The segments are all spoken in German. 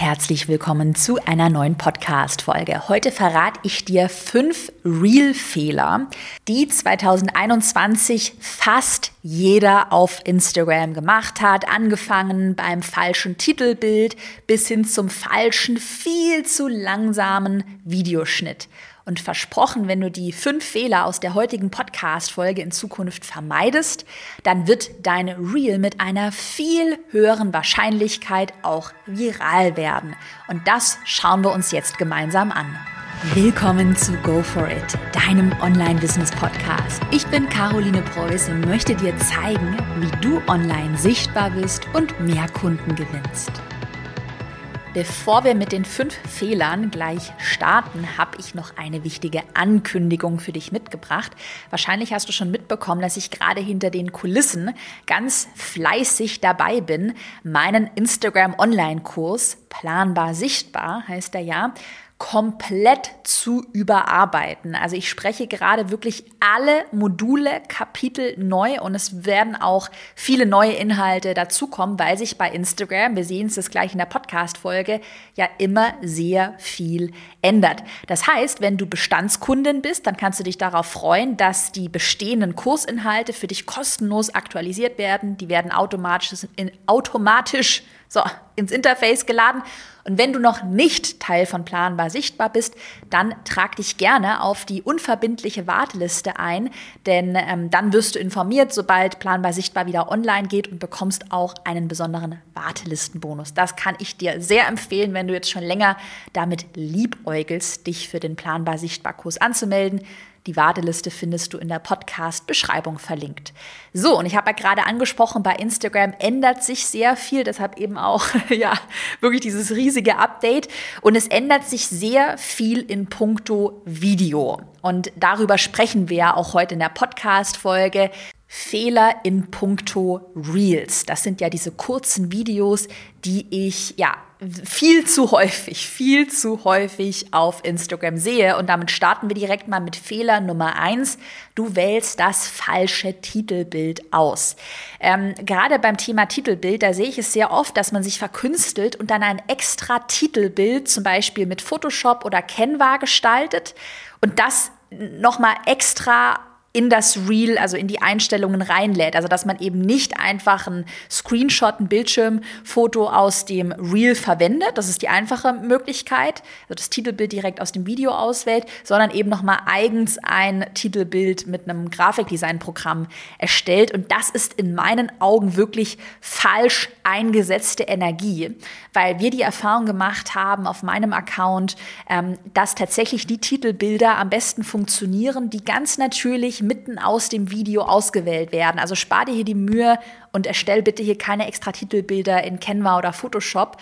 Herzlich willkommen zu einer neuen Podcast-Folge. Heute verrate ich dir 5 Reel-Fehler, die 2021 fast jeder auf Instagram gemacht hat. Angefangen beim falschen Titelbild bis hin zum falschen, viel zu langsamen Videoschnitt. Und versprochen, wenn du die 5 Fehler aus der heutigen Podcast-Folge in Zukunft vermeidest, dann wird dein Reel mit einer viel höheren Wahrscheinlichkeit auch viral werden. Und das schauen wir uns jetzt gemeinsam an. Willkommen zu Go For It, deinem Online-Business-Podcast. Ich bin Caroline Preuß und möchte dir zeigen, wie du online sichtbar bist und mehr Kunden gewinnst. Bevor wir mit den 5 Fehlern gleich starten, habe ich noch eine wichtige Ankündigung für dich mitgebracht. Wahrscheinlich hast du schon mitbekommen, dass ich gerade hinter den Kulissen ganz fleißig dabei bin, meinen Instagram-Online-Kurs Planbar Sichtbar, heißt er ja, komplett zu überarbeiten. Also ich spreche gerade wirklich alle Module, Kapitel neu und es werden auch viele neue Inhalte dazukommen, weil sich bei Instagram, wir sehen es das gleich in der Podcast-Folge, ja immer sehr viel ändert. Das heißt, wenn du Bestandskundin bist, dann kannst du dich darauf freuen, dass die bestehenden Kursinhalte für dich kostenlos aktualisiert werden. Die werden automatisch ins Interface geladen. Und wenn du noch nicht Teil von Planbar Sichtbar bist, dann trag dich gerne auf die unverbindliche Warteliste ein, denn dann wirst du informiert, sobald Planbar Sichtbar wieder online geht und bekommst auch einen besonderen Wartelistenbonus. Das kann ich dir sehr empfehlen, wenn du jetzt schon länger damit liebäugelst, dich für den Planbar Sichtbar Kurs anzumelden. Die Warteliste findest du in der Podcast-Beschreibung verlinkt. So, und ich habe ja gerade angesprochen, bei Instagram ändert sich sehr viel, deshalb eben auch wirklich dieses riesige Update. Und es ändert sich sehr viel in puncto Video. Und darüber sprechen wir ja auch heute in der Podcast-Folge. Fehler in puncto Reels. Das sind ja diese kurzen Videos, die ich viel zu häufig auf Instagram sehe. Und damit starten wir direkt mal mit Fehler Nummer 1. Du wählst das falsche Titelbild aus. Gerade beim Thema Titelbild, da sehe ich es sehr oft, dass man sich verkünstelt und dann ein extra Titelbild zum Beispiel mit Photoshop oder Canva gestaltet und das nochmal extra in das Reel, also in die Einstellungen reinlädt. Also dass man eben nicht einfach ein Screenshot, ein Bildschirmfoto aus dem Reel verwendet. Das ist die einfache Möglichkeit, also das Titelbild direkt aus dem Video auswählt, sondern eben nochmal eigens ein Titelbild mit einem Grafikdesign-Programm erstellt. Und das ist in meinen Augen wirklich falsch eingesetzte Energie, weil wir die Erfahrung gemacht haben auf meinem Account, dass tatsächlich die Titelbilder am besten funktionieren, die ganz natürlich mitten aus dem Video ausgewählt werden. Also spar dir hier die Mühe und erstell bitte hier keine extra Titelbilder in Canva oder Photoshop.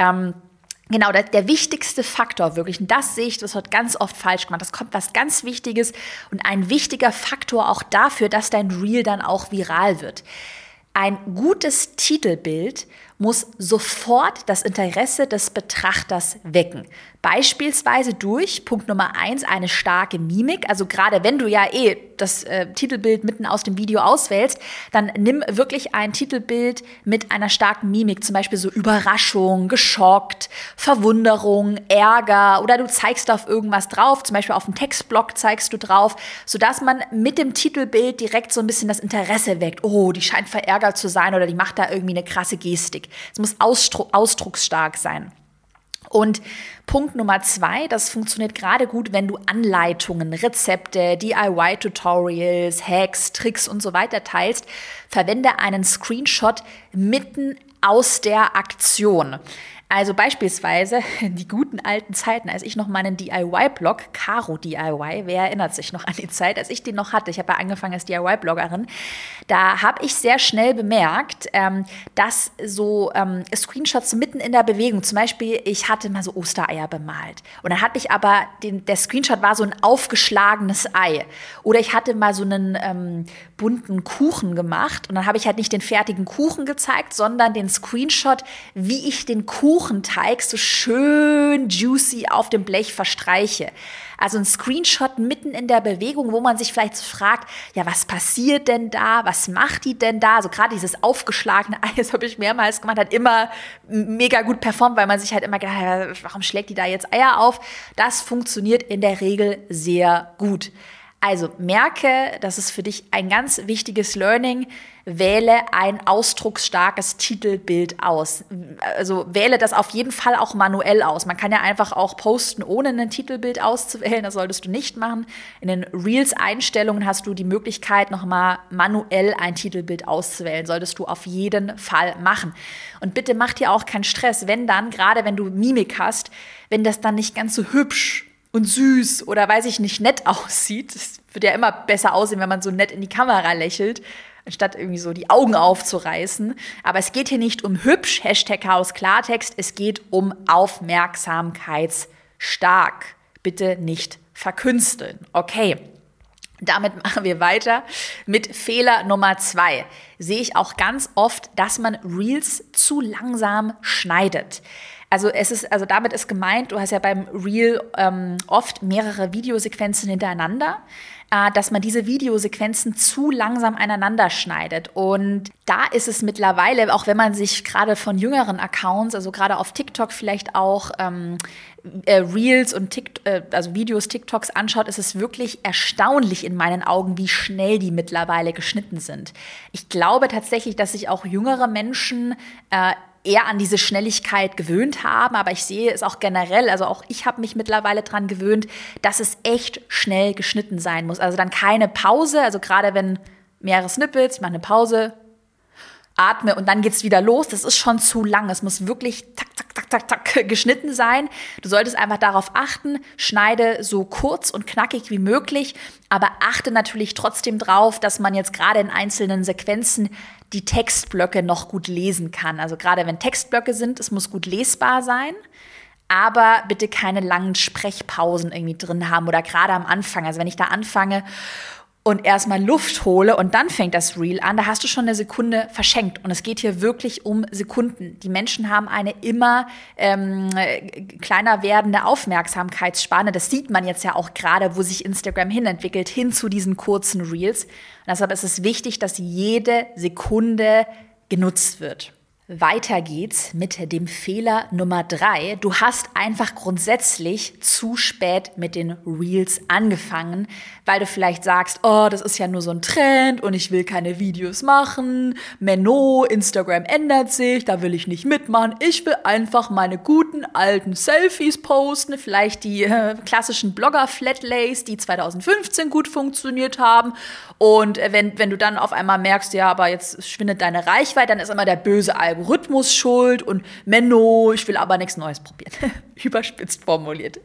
Genau, der wichtigste Faktor wirklich, und das sehe ich, das wird ganz oft falsch gemacht, das kommt was ganz Wichtiges und ein wichtiger Faktor auch dafür, dass dein Reel dann auch viral wird. Ein gutes Titelbild muss sofort das Interesse des Betrachters wecken. Beispielsweise durch, Punkt Nummer 1, eine starke Mimik. Also gerade wenn du das Titelbild mitten aus dem Video auswählst, dann nimm wirklich ein Titelbild mit einer starken Mimik. Zum Beispiel so Überraschung, geschockt, Verwunderung, Ärger oder du zeigst auf irgendwas drauf. Zum Beispiel auf dem Textblock zeigst du drauf, sodass man mit dem Titelbild direkt so ein bisschen das Interesse weckt. Oh, die scheint verärgert zu sein oder die macht da irgendwie eine krasse Gestik. Es muss ausdrucksstark sein. Und Punkt Nummer 2, das funktioniert gerade gut, wenn du Anleitungen, Rezepte, DIY-Tutorials, Hacks, Tricks und so weiter teilst. Verwende einen Screenshot mitten aus der Aktion. Also beispielsweise die guten alten Zeiten, als ich noch meinen DIY-Blog, Caro DIY, wer erinnert sich noch an die Zeit, als ich den noch hatte, ich habe ja angefangen als DIY-Bloggerin, da habe ich sehr schnell bemerkt, dass so Screenshots mitten in der Bewegung, zum Beispiel, ich hatte mal so Ostereier bemalt und dann hatte ich aber, der Screenshot war so ein aufgeschlagenes Ei oder ich hatte mal so einen bunten Kuchen gemacht und dann habe ich halt nicht den fertigen Kuchen gezeigt, sondern den Screenshot, wie ich den Kuchen Kuchenteig so schön juicy auf dem Blech verstreiche. Also ein Screenshot mitten in der Bewegung, wo man sich vielleicht so fragt, ja, was passiert denn da? Was macht die denn da? Also gerade dieses aufgeschlagene Ei, das habe ich mehrmals gemacht, hat immer mega gut performt, weil man sich halt immer gedacht hat, warum schlägt die da jetzt Eier auf? Das funktioniert in der Regel sehr gut. Also merke, das ist für dich ein ganz wichtiges Learning, wähle ein ausdrucksstarkes Titelbild aus. Also wähle das auf jeden Fall auch manuell aus. Man kann ja einfach auch posten, ohne ein Titelbild auszuwählen. Das solltest du nicht machen. In den Reels-Einstellungen hast du die Möglichkeit, nochmal manuell ein Titelbild auszuwählen. Solltest du auf jeden Fall machen. Und bitte mach dir auch keinen Stress, wenn dann, gerade wenn du Mimik hast, wenn das dann nicht ganz so hübsch und süß oder weiß ich nicht, nett aussieht. Es wird ja immer besser aussehen, wenn man so nett in die Kamera lächelt, anstatt irgendwie so die Augen aufzureißen. Aber es geht hier nicht um hübsch, #Chaos Klartext, es geht um aufmerksamkeitsstark. Bitte nicht verkünsteln. Okay. Damit machen wir weiter mit Fehler Nummer 2. Sehe ich auch ganz oft, dass man Reels zu langsam schneidet. Also damit ist gemeint, du hast ja beim Reel oft mehrere Videosequenzen hintereinander, dass man diese Videosequenzen zu langsam aneinander schneidet. Und da ist es mittlerweile, auch wenn man sich gerade von jüngeren Accounts, also gerade auf TikTok vielleicht auch Reels und also Videos, TikToks anschaut, ist es wirklich erstaunlich in meinen Augen, wie schnell die mittlerweile geschnitten sind. Ich glaube tatsächlich, dass sich auch jüngere Menschen eher an diese Schnelligkeit gewöhnt haben, aber ich sehe es auch generell, also auch ich habe mich mittlerweile dran gewöhnt, dass es echt schnell geschnitten sein muss. Also dann keine Pause, also gerade wenn mehrere Snippets, ich mache eine Pause, atme und dann geht's wieder los, das ist schon zu lang. Es muss wirklich tak, tak, tak, tak, tak geschnitten sein. Du solltest einfach darauf achten, schneide so kurz und knackig wie möglich, aber achte natürlich trotzdem drauf, dass man jetzt gerade in einzelnen Sequenzen die Textblöcke noch gut lesen kann. Also gerade wenn Textblöcke sind, es muss gut lesbar sein, aber bitte keine langen Sprechpausen irgendwie drin haben oder gerade am Anfang. Also wenn ich da anfange und erstmal Luft hole und dann fängt das Reel an, da hast du schon eine Sekunde verschenkt. Und es geht hier wirklich um Sekunden. Die Menschen haben eine immer kleiner werdende Aufmerksamkeitsspanne. Das sieht man jetzt ja auch gerade, wo sich Instagram hinentwickelt, hin zu diesen kurzen Reels. Und deshalb ist es wichtig, dass jede Sekunde genutzt wird. Weiter geht's mit dem Fehler Nummer 3. Du hast einfach grundsätzlich zu spät mit den Reels angefangen, weil du vielleicht sagst, oh, das ist ja nur so ein Trend und ich will keine Videos machen. Menno, Instagram ändert sich, da will ich nicht mitmachen. Ich will einfach meine guten alten Selfies posten, vielleicht die klassischen Blogger-Flatlays, die 2015 gut funktioniert haben. Und wenn du dann auf einmal merkst, ja, aber jetzt schwindet deine Reichweite, dann ist immer der böse Algorithmus schuld und Menno, ich will aber nichts Neues probieren. Überspitzt formuliert.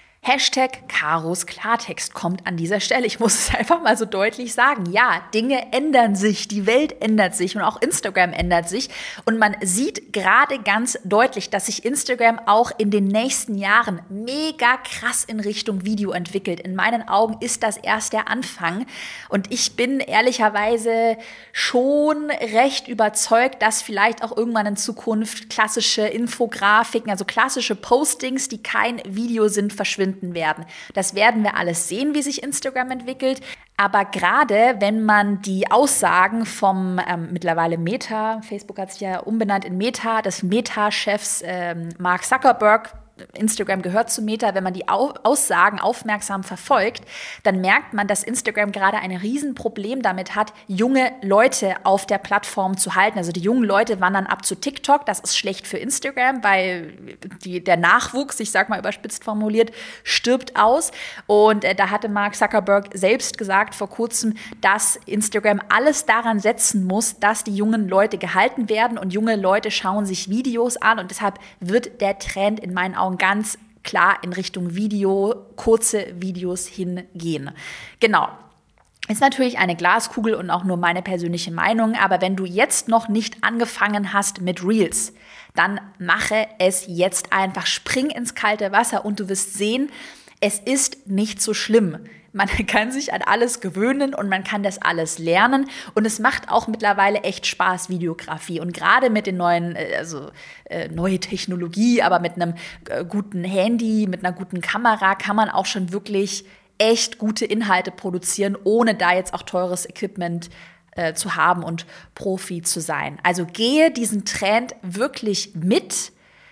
#Karos Klartext kommt an dieser Stelle. Ich muss es einfach mal so deutlich sagen. Ja, Dinge ändern sich, die Welt ändert sich und auch Instagram ändert sich. Und man sieht gerade ganz deutlich, dass sich Instagram auch in den nächsten Jahren mega krass in Richtung Video entwickelt. In meinen Augen ist das erst der Anfang. Und ich bin ehrlicherweise schon recht überzeugt, dass vielleicht auch irgendwann in Zukunft klassische Infografiken, also klassische Postings, die kein Video sind, verschwinden werden. Das werden wir alles sehen, wie sich Instagram entwickelt. Aber gerade wenn man die Aussagen vom mittlerweile Meta, Facebook hat sich ja umbenannt in Meta, des Meta-Chefs Mark Zuckerberg, Instagram gehört zu Meta, wenn man die Aussagen aufmerksam verfolgt, dann merkt man, dass Instagram gerade ein Riesenproblem damit hat, junge Leute auf der Plattform zu halten. Also die jungen Leute wandern ab zu TikTok. Das ist schlecht für Instagram, weil der Nachwuchs, ich sag mal überspitzt formuliert, stirbt aus. Und da hatte Mark Zuckerberg selbst gesagt vor kurzem, dass Instagram alles daran setzen muss, dass die jungen Leute gehalten werden. Und junge Leute schauen sich Videos an. Und deshalb wird der Trend in meinen Augen ganz klar in Richtung Video, kurze Videos hingehen. Genau. Ist natürlich eine Glaskugel und auch nur meine persönliche Meinung, aber wenn du jetzt noch nicht angefangen hast mit Reels, dann mache es jetzt einfach. Spring ins kalte Wasser und du wirst sehen, es ist nicht so schlimm. man kann sich an alles gewöhnen und man kann das alles lernen. Und es macht auch mittlerweile echt Spaß, Videografie. Und gerade mit den neuen, neue Technologie, aber mit einem guten Handy, mit einer guten Kamera kann man auch schon wirklich echt gute Inhalte produzieren, ohne da jetzt auch teures Equipment zu haben und Profi zu sein. Also gehe diesen Trend wirklich mit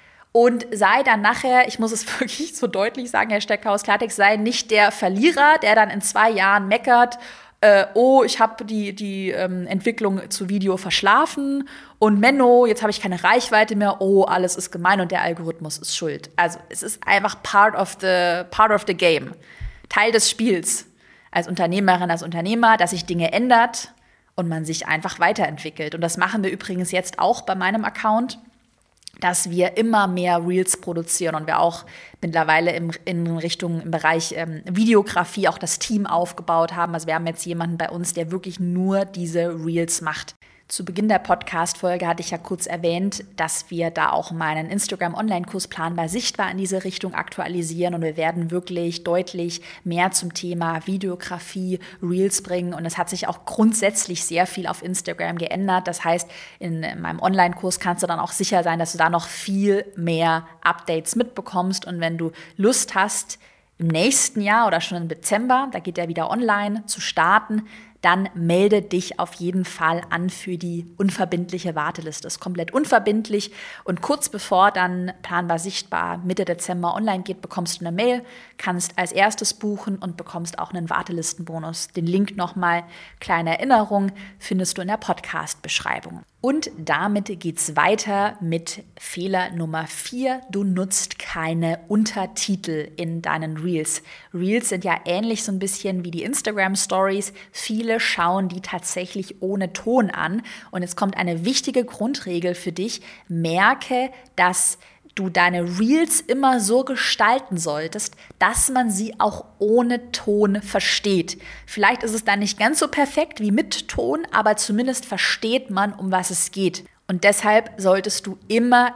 und sei dann nachher, ich muss es wirklich so deutlich sagen, Herr Steckhaus, Klartext, sei nicht der Verlierer, der dann in 2 Jahren meckert, ich habe die Entwicklung zu Video verschlafen und Menno, jetzt habe ich keine Reichweite mehr, alles ist gemein und der Algorithmus ist schuld. Also es ist einfach part of the game, Teil des Spiels als Unternehmerin, als Unternehmer, dass sich Dinge ändert und man sich einfach weiterentwickelt. Und das machen wir übrigens jetzt auch bei meinem Account, dass wir immer mehr Reels produzieren und wir auch mittlerweile im Bereich Videografie auch das Team aufgebaut haben. Also wir haben jetzt jemanden bei uns, der wirklich nur diese Reels macht. Zu Beginn der Podcast-Folge hatte ich ja kurz erwähnt, dass wir da auch meinen Instagram-Online-Kurs Planbar Sichtbar in diese Richtung aktualisieren und wir werden wirklich deutlich mehr zum Thema Videografie, Reels bringen und es hat sich auch grundsätzlich sehr viel auf Instagram geändert. Das heißt, in meinem Online-Kurs kannst du dann auch sicher sein, dass du da noch viel mehr Updates mitbekommst und wenn du Lust hast, im nächsten Jahr oder schon im Dezember, da geht er wieder online, zu starten, dann melde dich auf jeden Fall an für die unverbindliche Warteliste. Das ist komplett unverbindlich und kurz bevor dann Planbar Sichtbar Mitte Dezember online geht, bekommst du eine Mail, kannst als erstes buchen und bekommst auch einen Wartelistenbonus. Den Link nochmal, kleine Erinnerung, findest du in der Podcast-Beschreibung. Und damit geht's weiter mit Fehler Nummer 4. Du nutzt keine Untertitel in deinen Reels. Reels sind ja ähnlich so ein bisschen wie die Instagram-Stories. Viele schauen die tatsächlich ohne Ton an. Und jetzt kommt eine wichtige Grundregel für dich. Merke, dass du deine Reels immer so gestalten solltest, dass man sie auch ohne Ton versteht. Vielleicht ist es dann nicht ganz so perfekt wie mit Ton, aber zumindest versteht man, um was es geht. Und deshalb solltest du immer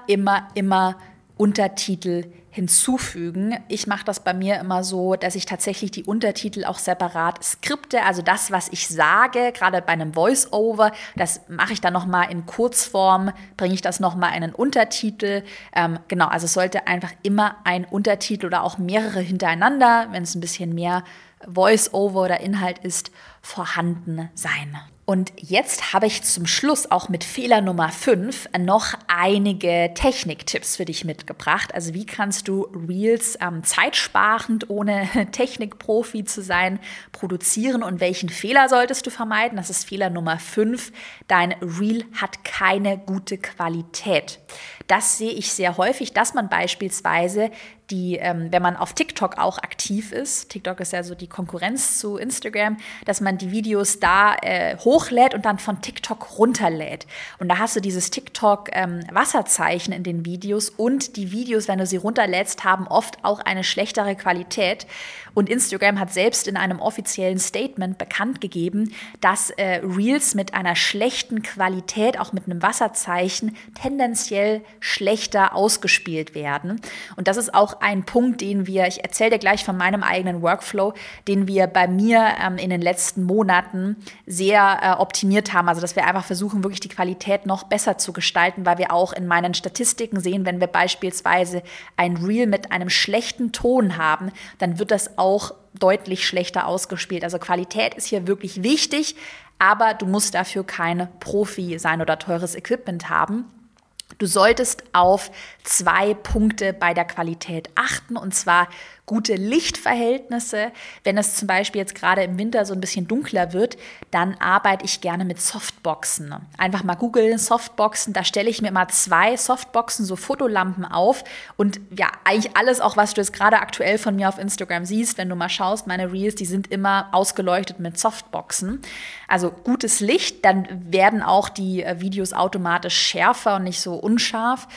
Untertitel hinzufügen. Ich mache das bei mir immer so, dass ich tatsächlich die Untertitel auch separat skripte, also das, was ich sage, gerade bei einem Voice-Over, das mache ich dann nochmal in Kurzform, bringe ich das nochmal in einen Untertitel. Also es sollte einfach immer ein Untertitel oder auch mehrere hintereinander, wenn es ein bisschen mehr Voice-Over oder Inhalt ist, vorhanden sein. Und jetzt habe ich zum Schluss auch mit Fehler Nummer 5 noch einige Techniktipps für dich mitgebracht. Also wie kannst du Reels zeitsparend, ohne Technikprofi zu sein, produzieren und welchen Fehler solltest du vermeiden? Das ist Fehler Nummer 5. Dein Reel hat keine gute Qualität. Das sehe ich sehr häufig, dass man beispielsweise wenn man auf TikTok auch aktiv ist, TikTok ist ja so die Konkurrenz zu Instagram, dass man die Videos da hochlädt und dann von TikTok runterlädt. Und da hast du dieses TikTok-Wasserzeichen in den Videos und die Videos, wenn du sie runterlädst, haben oft auch eine schlechtere Qualität. Und Instagram hat selbst in einem offiziellen Statement bekannt gegeben, dass Reels mit einer schlechten Qualität, auch mit einem Wasserzeichen, tendenziell schlechter ausgespielt werden. Und das ist auch ein Punkt, ich erzähle dir gleich von meinem eigenen Workflow, den wir bei mir in den letzten Monaten sehr optimiert haben. Also dass wir einfach versuchen, wirklich die Qualität noch besser zu gestalten, weil wir auch in meinen Statistiken sehen, wenn wir beispielsweise ein Reel mit einem schlechten Ton haben, dann wird das auch deutlich schlechter ausgespielt. Also Qualität ist hier wirklich wichtig, aber du musst dafür kein Profi sein oder teures Equipment haben. Du solltest auf 2 Punkte bei der Qualität achten, und zwar gute Lichtverhältnisse. Wenn es zum Beispiel jetzt gerade im Winter so ein bisschen dunkler wird, dann arbeite ich gerne mit Softboxen. Einfach mal googeln, Softboxen, da stelle ich mir mal 2 Softboxen, so Fotolampen auf und ja, eigentlich alles auch, was du jetzt gerade aktuell von mir auf Instagram siehst, wenn du mal schaust, meine Reels, die sind immer ausgeleuchtet mit Softboxen. Also gutes Licht, dann werden auch die Videos automatisch schärfer und nicht so unscharf.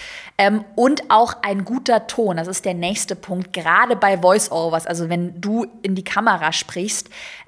Und auch ein guter Ton, das ist der nächste Punkt, gerade bei Voice-Overs, also wenn du in die Kamera sprichst,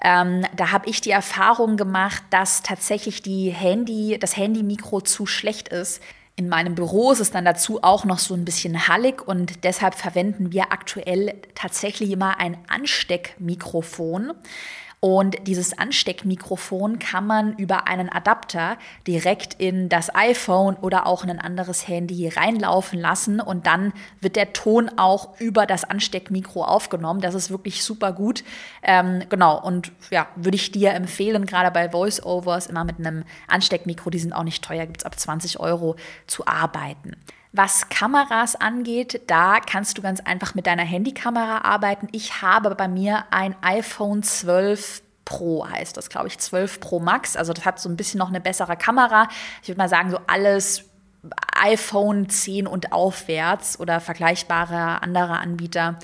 da habe ich die Erfahrung gemacht, dass tatsächlich das Handy-Mikro zu schlecht ist. In meinem Büro ist es dann dazu auch noch so ein bisschen hallig und deshalb verwenden wir aktuell tatsächlich immer ein Ansteckmikrofon. Und dieses Ansteckmikrofon kann man über einen Adapter direkt in das iPhone oder auch in ein anderes Handy reinlaufen lassen und dann wird der Ton auch über das Ansteckmikro aufgenommen. Das ist wirklich super gut. Genau, und ja, würde ich dir empfehlen, gerade bei Voice-Overs immer mit einem Ansteckmikro, die sind auch nicht teuer, gibt es ab 20 € zu arbeiten. Was Kameras angeht, da kannst du ganz einfach mit deiner Handykamera arbeiten. Ich habe bei mir ein iPhone 12 Pro, heißt das, glaube ich, 12 Pro Max. Also das hat so ein bisschen noch eine bessere Kamera. Ich würde mal sagen, so alles iPhone 10 und aufwärts oder vergleichbare andere Anbieter,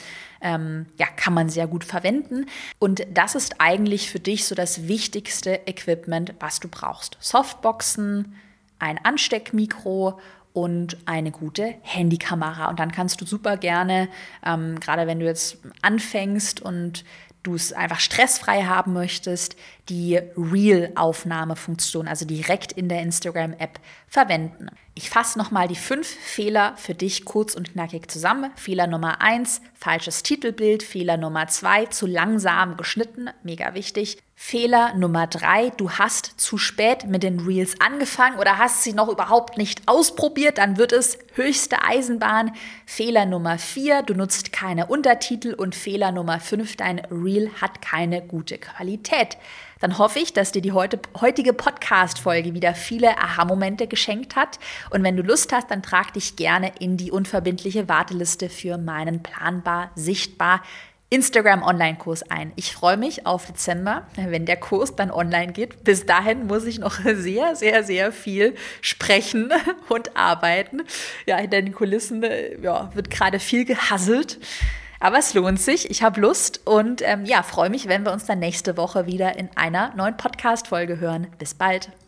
kann man sehr gut verwenden. Und das ist eigentlich für dich so das wichtigste Equipment, was du brauchst. Softboxen, ein Ansteckmikro und eine gute Handykamera. Und dann kannst du super gerne, gerade wenn du jetzt anfängst und du es einfach stressfrei haben möchtest, die Reel-Aufnahmefunktion, also direkt in der Instagram-App verwenden. Ich fasse nochmal die 5 Fehler für dich kurz und knackig zusammen. Fehler Nummer 1, falsches Titelbild. Fehler Nummer 2, zu langsam geschnitten, mega wichtig. Fehler Nummer 3, du hast zu spät mit den Reels angefangen oder hast sie noch überhaupt nicht ausprobiert, dann wird es höchste Eisenbahn. Fehler Nummer 4, du nutzt keine Untertitel und Fehler Nummer 5, dein Reel hat keine gute Qualität. Dann hoffe ich, dass dir die heutige Podcast-Folge wieder viele Aha-Momente geschenkt hat. Und wenn du Lust hast, dann trag dich gerne in die unverbindliche Warteliste für meinen planbar, sichtbar Instagram-Online-Kurs ein. Ich freue mich auf Dezember, wenn der Kurs dann online geht. Bis dahin muss ich noch sehr, sehr, sehr viel sprechen und arbeiten. Ja, hinter den Kulissen wird gerade viel gehasselt. Aber es lohnt sich, ich habe Lust und freue mich, wenn wir uns dann nächste Woche wieder in einer neuen Podcast-Folge hören. Bis bald.